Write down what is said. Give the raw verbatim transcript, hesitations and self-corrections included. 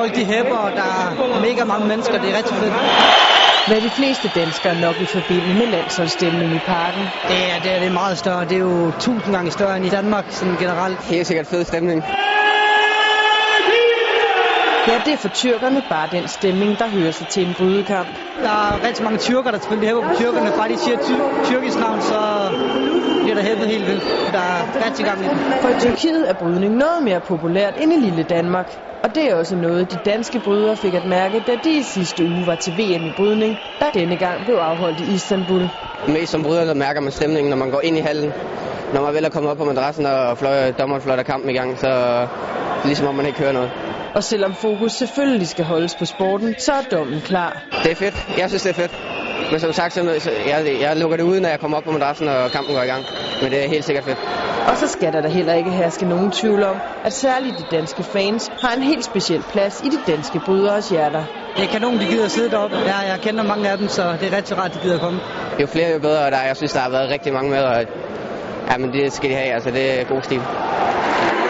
folk de hæpper, og der er mega mange mennesker. Det er rigtig fedt. Hvad de fleste danskere nok vil forbinde med landsholdsstemning i parken. Det er, det er, det er meget større. Det er jo tusind gange større end i Danmark sådan generelt. Helt sikkert fed stemning. Ja, det er for tyrkerne bare den stemning, der hører sig til en brydekamp. Der er rigtig mange tyrker, der selvfølgelig hæpper på tyrkerne. Bare de siger ty- tyrkisk navn, så bliver der hæppet helt vildt. Der er rigtig gang i den. For i Tyrkiet er brydning noget mere populært end i lille Danmark. Og det er også noget, de danske brydere fik at mærke, da de i sidste uge var til V M i brydning, der denne gang blev afholdt i Istanbul. Mest som bryder, der mærker man stemningen, når man går ind i hallen. Når man vel er kommet op på madrassen og fløj, dommeren fløjter kampen i gang, så ligesom om man ikke hører noget. Og selvom fokus selvfølgelig skal holdes på sporten, så er dommen klar. Det er fedt. Jeg synes, det er fedt. Men som sagt, så jeg, jeg lukker det ud, når jeg kommer op på madrassen og kampen går i gang. Men det er helt sikkert fedt. Og så skal der da heller ikke herske nogen tvivl om, at særligt de danske fans har en helt speciel plads i de danske bryderes hjerter. Det er kanon, de gider at sidde deroppe. Ja, jeg kender mange af dem, så det er rigtig rart, de gider at komme. Jo flere, jo bedre. Der, jeg synes, der har været rigtig mange med, og ja, men det skal de have. Altså, det er god stil.